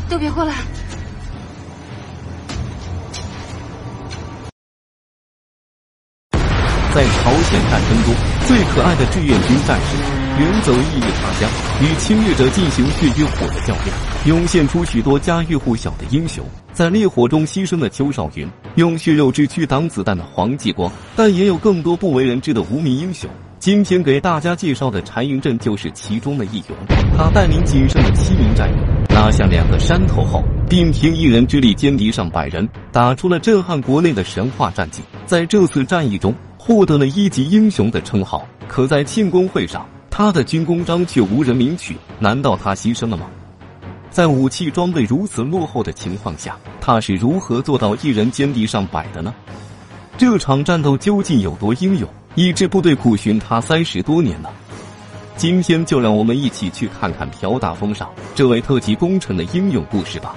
都别过来！ 在朝鲜战争中，最可爱的志愿军战士远走异域他乡，与侵略者进行血与火的较量，涌现出许多家喻户晓的英雄。在烈火中牺牲的邱少云，用血肉之躯挡子弹的黄继光，但也有更多不为人知的无名英雄。今天给大家介绍的柴云振就是其中的一员。他带领仅剩的7名战友拿下2个山头后，并凭一人之力歼敌上百人，打出了震撼国内的神话战绩。在这次战役中，获得了1级英雄的称号。可在庆功会上，他的军功章却无人领取，难道他牺牲了吗？在武器装备如此落后的情况下，他是如何做到一人歼敌上百的呢？这场战斗究竟有多英勇，以致部队苦寻他30多年呢？今天就让我们一起去看看朴大峰上这位特级功臣的英勇故事吧。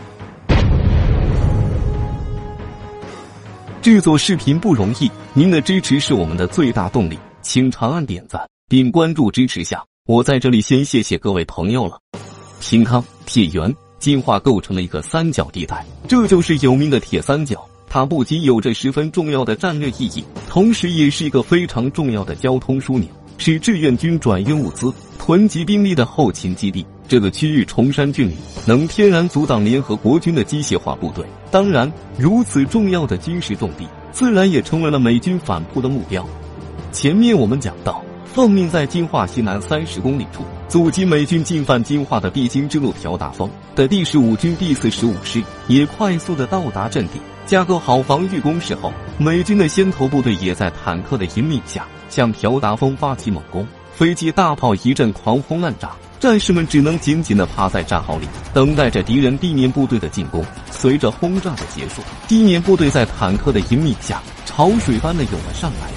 制作视频不容易，您的支持是我们的最大动力，请长按点赞并关注支持下。我在这里先谢谢各位朋友了。平康、铁原进化构成了一个三角地带，这就是有名的铁三角。它不仅有着十分重要的战略意义，同时也是一个非常重要的交通枢纽，是志愿军转运物资、囤积兵力的后勤基地。这个区域崇山峻岭，能天然阻挡联合国军的机械化部队。当然，如此重要的军事重地，自然也成为了美军反扑的目标。前面我们讲到，奉命在金化西南30公里处阻击美军进犯金化的必经之路，朴大峰的第15军第45师也快速地到达阵地，架构好防御工事后，美军的先头部队也在坦克的引领下向朴大峰发起猛攻。飞机大炮一阵狂轰滥炸，战士们只能紧紧地趴在战壕里，等待着敌人地面部队的进攻。随着轰炸的结束，地面部队在坦克的引领下潮水般地涌了上来。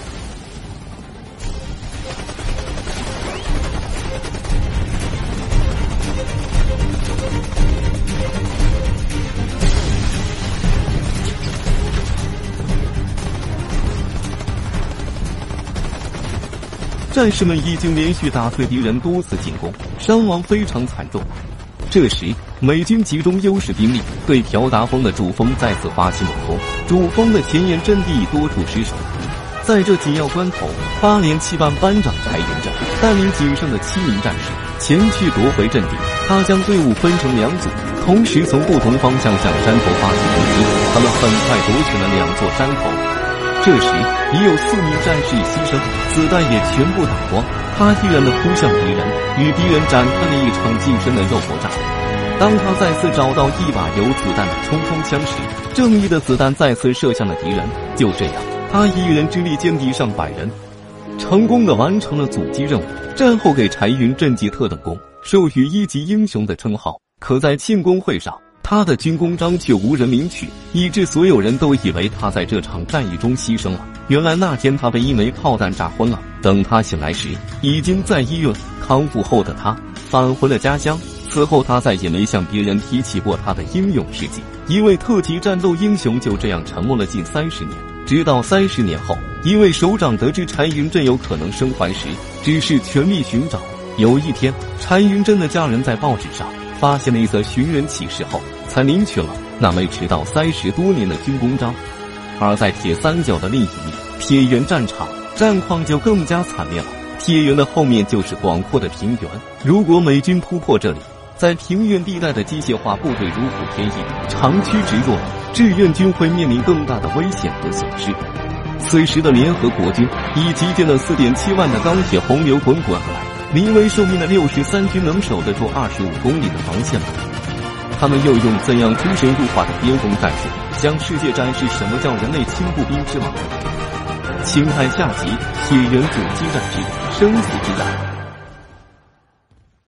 战士们已经连续打退敌人多次进攻，伤亡非常惨重。这时，美军集中优势兵力对朴大峰的主峰再次发起猛攻，主峰的前沿阵地已多处失守。在这紧要关头，8连7班班长柴云振带领仅剩的7名战士前去夺回阵地。他将队伍分成2组，同时从不同方向向山头发起攻击。他们很快夺取了2座山头。这时已有4名战士牺牲，子弹也全部打光。他毅然地扑向敌人，与敌人展开了一场近身的肉搏战。当他再次找到一把有子弹的冲锋枪时，正义的子弹再次射向了敌人。就这样，他以一人之力歼敌上百人，成功地完成了阻击任务。战后给柴云振记特等功，授予1级英雄的称号。可在庆功会上，他的军功章却无人领取，以致所有人都以为他在这场战役中牺牲了。原来那天他被一枚炮弹炸昏了，等他醒来时，已经在医院康复后的他返回了家乡。此后他再也没向别人提起过他的英勇事迹。一位特级战斗英雄就这样沉默了近30年。直到30年后，一位首长得知柴云振有可能生还时，只是全力寻找。有一天，柴云振的家人在报纸上发现了一则寻人启事后，才领取了那枚迟到30多年的军功章。而在铁三角的另一面，铁原战场战况就更加惨烈了。铁原的后面就是广阔的平原，如果美军突破这里，在平原地带的机械化部队如虎添翼，长驱直入，志愿军会面临更大的危险和损失。此时的联合国军已集结了4.7万的钢铁洪流滚滚而来，临危受命的63军能守得住25公里的防线吗？他们又用怎样出神入化的边锋战术，向世界展示什么叫人类轻步兵之王？请看下集：铁原阻击战之生死之战。